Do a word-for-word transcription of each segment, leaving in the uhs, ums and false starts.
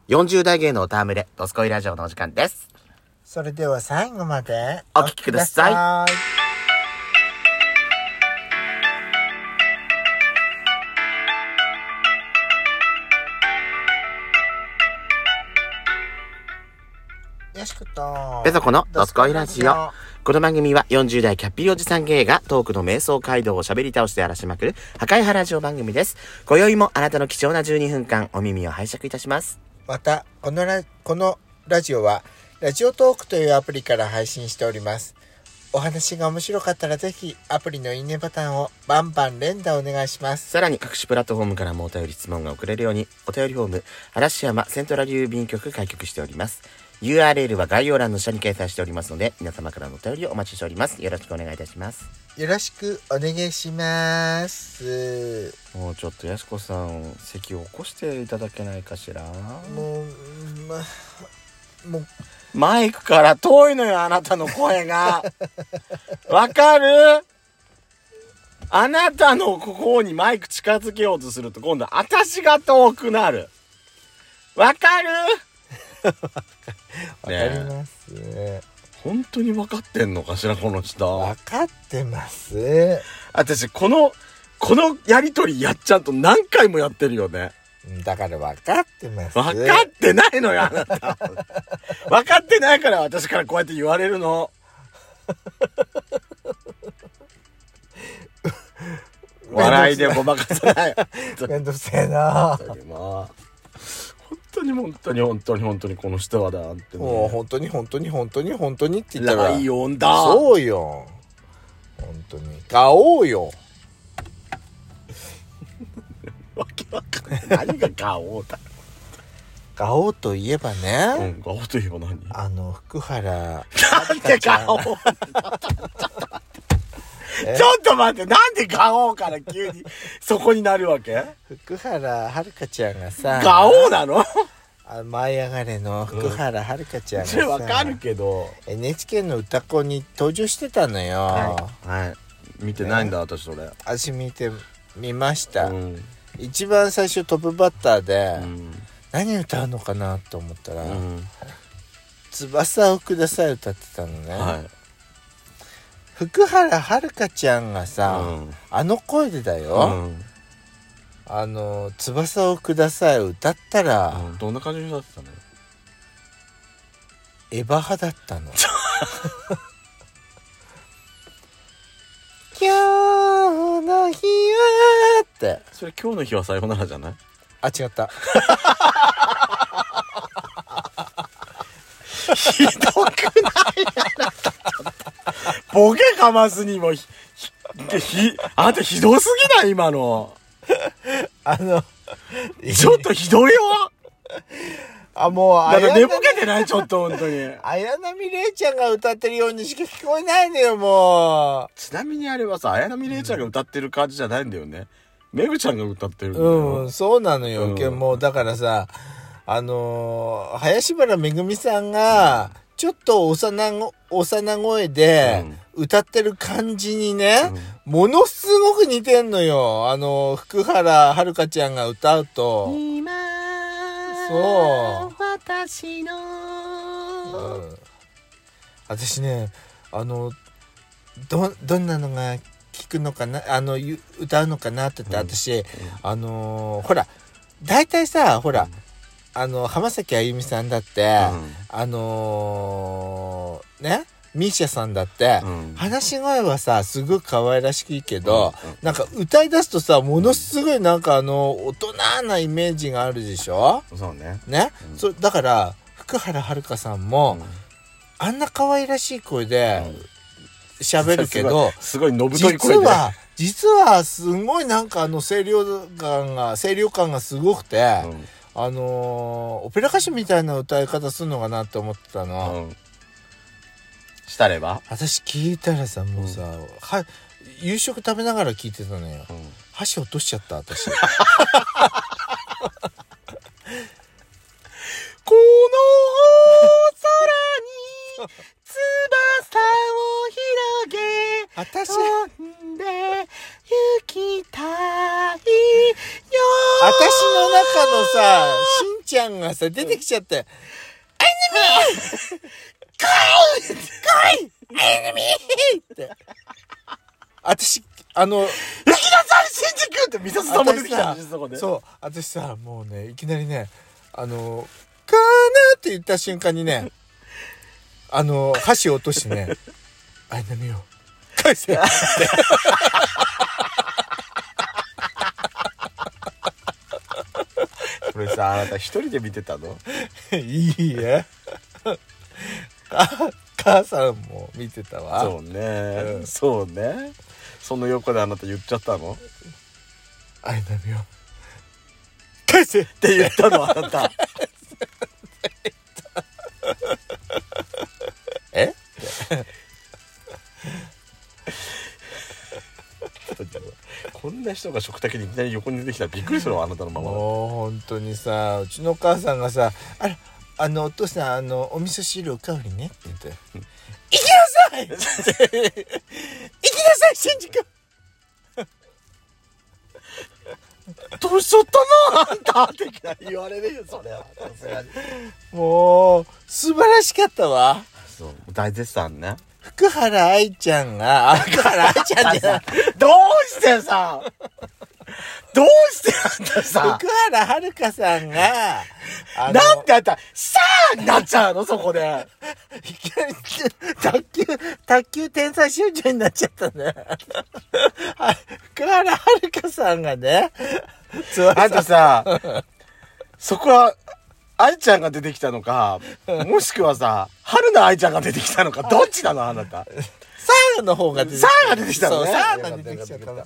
よんじゅう代芸能たわむれドスコイラジオのお時間です。 それでは最後までお聞きください。 よしことペソコのドスコイラジオ。この番組はよんじゅう代キャッピーおじさん芸がトークの瞑想街道を喋り倒して荒らしまくる破壊派ラジオ番組です。今宵もあなたの貴重なじゅうにふんかんお耳を拝借いたします。 またこのラこのラジオはラジオトークというアプリから配信しております。お話が面白かったらぜひアプリのいいねボタンをバンバン連打お願いします。 さらに各種プラットフォームからもお便り質問が送れるようにお便りフォーム嵐山セントラル郵便局開局しております。ユーアールエル は概要欄の下に掲載しておりますので皆様からのお便りをお待ちしております。よろしくお願いいたします。 よろしくお願いします。 もうちょっとやしこさん席を起こしていただけないかしら。 もう、ま、もうマイクから遠いのよあなたの声がわかる？あなたのここにマイク近づけようとすると今度私が遠くなる。わかる？ わかります、ね、 本当に分かってんのかしらこの人。 分かってます。 私このこのやりとりやっちゃうと何回もやってるよね。 だから分かってます。 分かってないのよあなた分かってないから私からこうやって言われるの笑いでごまかさないめんどくせえな本当に本当に本当に本当にこの人はだって、ね、 もう本当に本当に本当に本当にって言ったらライオンだ。 そうよ本当にガオーよわけわかんない何がガオーだガオーといえばね、 うん、ガオーといえば何？ あの福原なんでガオーちょっと待ってなんでガオーから急にそこになるわけ？ 福原遥ちゃんがさガオーなの？ あ舞い上がれの福原遥ちゃんがさ、 それわかるけどエヌエイチケー の歌子に登場してたのよ。 はい、はい、見てないんだ、ね、私それ私見て見ました、 うん、 一番最初トップバッターで、うん、何歌うのかなと思ったら、うん、翼をください歌ってたのね、はい、福原遥ちゃんがさ、うん、あの声でだよ、うん、あの翼をください歌ったら、 うん、どんな感じになってたの？ エヴァ派だったの今日の日はってそれ今日の日はさよならじゃない？ あ違ったひどくないボケかますにもひひあんたひどすぎない今のあのちょっとひどいよあもうなんか寝ぼけてないちょっと本当に綾波レイちゃんが歌ってるようにしか聞こえないのよもう。 ちなみにあれはさ綾波レイちゃんが歌ってる感じじゃないんだよね、うん、めぐちゃんが歌ってるんだよ。 うんそうなのよ、うん、もうだからさあのー、林原めぐみさんがちょっと幼幼声で歌ってる感じにね、うん、ものすごく似てんのよ。あの福原遥ちゃんが歌うと今そう私の、 うん、私ねあの ど, どんなのが聞くのかなあの歌うのかなって言って、私、うん、あのー、ほら大体さほら、うん、あの浜崎あゆみさんだって、うん、あのー、ねミーシャさんだって、うん、話し声はさすごく可愛らしいけど、うんうん、なんか歌い出すとさものすごいなんかあの大人なイメージがあるでしょ。 そうね。 ね、うん、そだから福原遥さんも、うん、あんな可愛らしい声で喋るけど、 すごいのぶとい声で実は実はすごいなんかあの声量感が声量感がすごくて、うん、あのー、オペラ歌手みたいな歌い方するのかなって思ってたの。うんしたれば私聞いたらさもうさ、うん、は夕食食べながら聞いてたのよ、うん、箸落としちゃった私この空に翼を広げ私飛んで行きたいよ私の中のさしんちゃんががさ出てきちゃって、 アイネミー来い来いアイネミーって私あの行きなさい新宿って見させたま出てきたんですそこで。 そう私さもうねいきなりねあのかーなって言った瞬間にねあの箸を落としてねアイナミを返せってこれさあなた一人で見てたの？ いいえ母さんも見てたわ。 そうね、 うん、 そうね。その横であなた言っちゃったの？ アイナミを返せって言ったのあなたえこんな人が食卓にいきなり横に出てきたらびっくりするわあなたのまま。 もう本当にさうちのお母さんがさあらあのお父さんあのお味噌汁おかわりねって言って行きなさい行きなさい新宿どうしちゃったのあんたって言われるよそれはさすがに。 もう素晴らしかったわ。 そう大絶賛ね。 福原愛ちゃんがあ福原愛ちゃんじゃないどうしてさどうしてあんたさ福原遥さんがなんであんたさあになっちゃうのそこでいきなり卓球卓球天才少女になっちゃったね福原遥さんがねあんたさそこは愛ちゃんが出てきたのかもしくはさ春菜愛ちゃんが出てきたのかどっちなのあなた。 サーの方が出てきサた。 ーが出てきたのね。 そうサーが出てきちゃったの。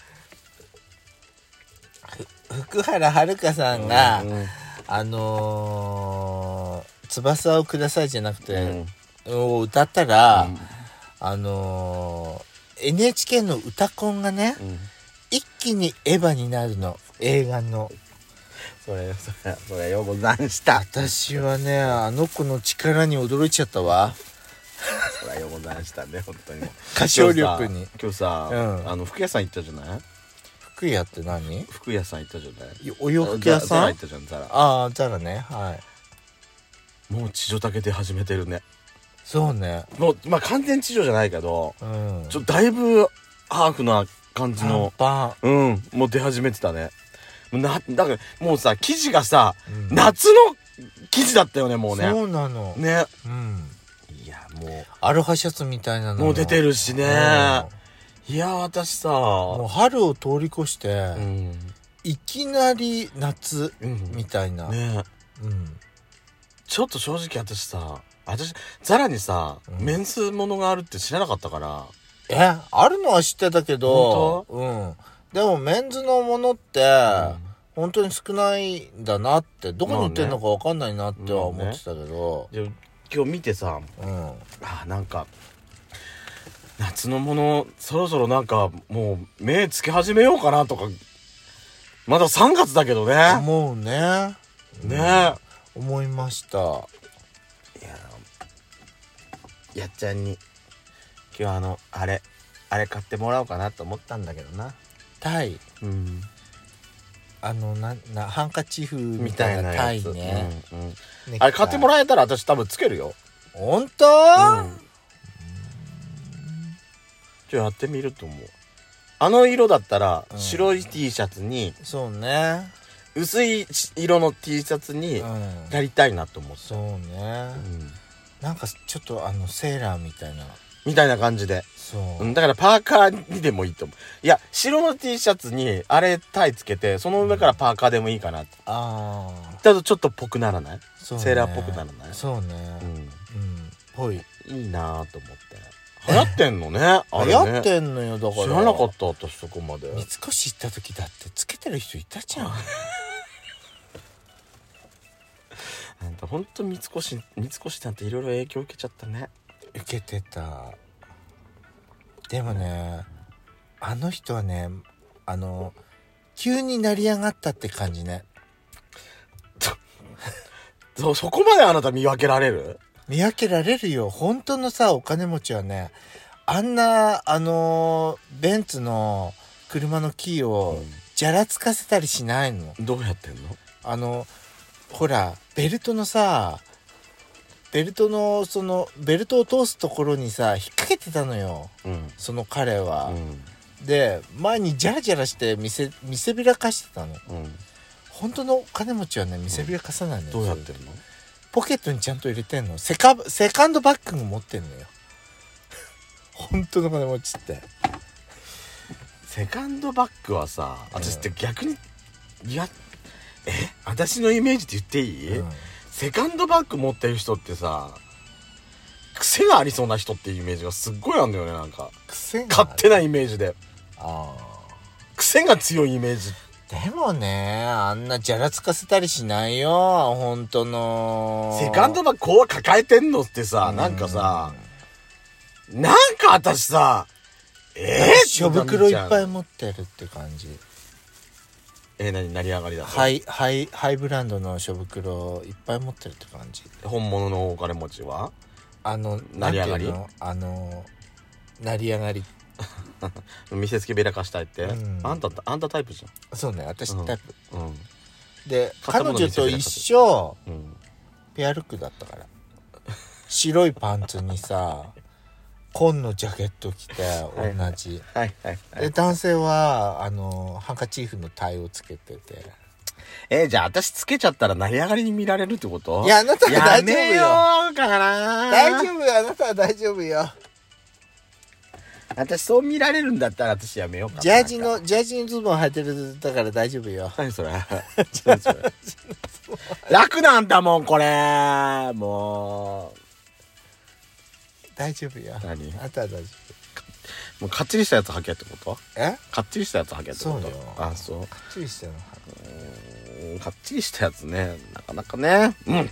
福原遥さんが、うんうん、あのー、翼をくださいじゃなくて、うん、を歌ったら、うん、あのー、エヌエイチケー の歌コンがね、うん、一気にエヴァになるの映画の。 それそれそれよござんした。 私はねあの子の力に驚いちゃったわ。 それよござんしたね本当に。 歌唱力に。 今日さ、うん、あの服屋さん行ったじゃない？ 服屋って何？ 服屋さん行ったじゃない？ お洋服屋さん？ ザラ行ったじゃんザラ。 ああザラねはい。 もう地上竹で始めてるね。 そうね。 もうまあ完全地上じゃないけど、うん、ちょっとだいぶハーフな感じのパンうんもう出始めてたね。なだからもうさ生地がさ、うん、夏の生地だったよねもうね。 そうなのね。 うん。 いやもうアロハシャツみたいなのもう出てるしね。いや私さもう春を通り越して、うん、いきなり夏みたいな、 うん、ね、うん、ちょっと正直私さ私ザラにさ、うん、メンズものがあるって知らなかったから。 えあるのは知ってたけどうんでもメンズのものって、うん、本当に少ないんだなってどこに売ってるのか分かんないなっては思ってたけど、 まあね、今日見てさ、うん、あなんか夏のものそろそろなんかもう目つけ始めようかなとかまださんがつだけどね思うねね、 うん、思いました。いややっちゃんに今日あのあれあれ買ってもらおうかなと思ったんだけどなタイ、うん、あのななハンカチーフみたいなタイね、 うんうん、あれ買ってもらえたら私多分つけるよ。 ほんと？うん。 じゃあやってみると思う。あの色だったら、うん、白い T シャツにそうね薄い色の T シャツにやりたいなと思って、 うん、そうね、うん、なんかちょっとあのセーラーみたいなみたいな感じでそう、 うん、だからパーカーにでもいいと思う。いや白の T シャツにあれタイつけてその上からパーカーでもいいかなって、うん、ああだとちょっとぽくならない？そう、ね、セーラーっぽくならない？ そうねうん、うん、ぽいいいなと思って流行ってんのねあれね流行ってんのよ。だから知らなかった私そこまで。 三越行った時だってつけてる人いたじゃんあんたほんと三越三越なんていろいろ影響受けちゃったね。 受けてた。でもねあの人はねあの急に成り上がったって感じねそ, そこまであなた見分けられる？ 見分けられるよ。本当のさお金持ちはねあんなあのベンツの車のキーをじゃらつかせたりしないの。 どうやってんの？ あのほらベルトのさベルトのそのベルトを通すところにさ引っ掛けてたのよ、 うん、 その彼は、 うん、 で前にジャラジャラして見せ見せびらかしてたの、うん、本当の金持ちはね見せびらかさないのよ、 うん、どうやってるの？ ポケットにちゃんと入れてんの。セカセカンドバッグも持ってんのよ本当の金持ちって。 セカンドバッグはさ、私って逆に、いやえ私のイメージって言っていい、うん、セカンドバッグ持ってる人ってさ癖がありそうな人っていうイメージがすっごいあるんだよね。なんか癖が勝手なイメージで、あ癖が強いイメージ。 でもねあんなじゃらつかせたりしないよ本当の。 セカンドバッグこう抱えてんのってさ、なんかさなんか私さえー、 書袋いっぱい持ってるって感じ。 えー、何成り上がりだとハイハイハイブランドの書袋いっぱい持ってるって感じ。 本物のお金持ちはあの成り上がりあの成り上がり見せつけべらかしたいって、うん、あんたあんたタイプじゃん。 そうね私タイプ、 うんうん、 で彼女と一緒、うん、ペアルックだったから白いパンツにさ紺のジャケット着て同じ、はいはいはいはい、で男性はあのハンカチーフのタイをつけてて。 えー、じゃあ私つけちゃったら成り上がりに見られるってこと？ いやあなたは大丈夫よ。 やめようかな。 大丈夫よあなたは大丈夫よ。 私そう見られるんだったら私やめようかな。 ジャージのジャージのズボン履いてるだから大丈夫よ。 何それ何それ楽なんだもんこれもう大丈夫よ。 何？ あなたは大丈夫。 もうかっちりしたやつ履けってこと？ え？ かっちりしたやつ履けってこと？ そうよ。 あ、そう。 かっちりしたの履く。かっちりしたやつね、なかなかね。うん。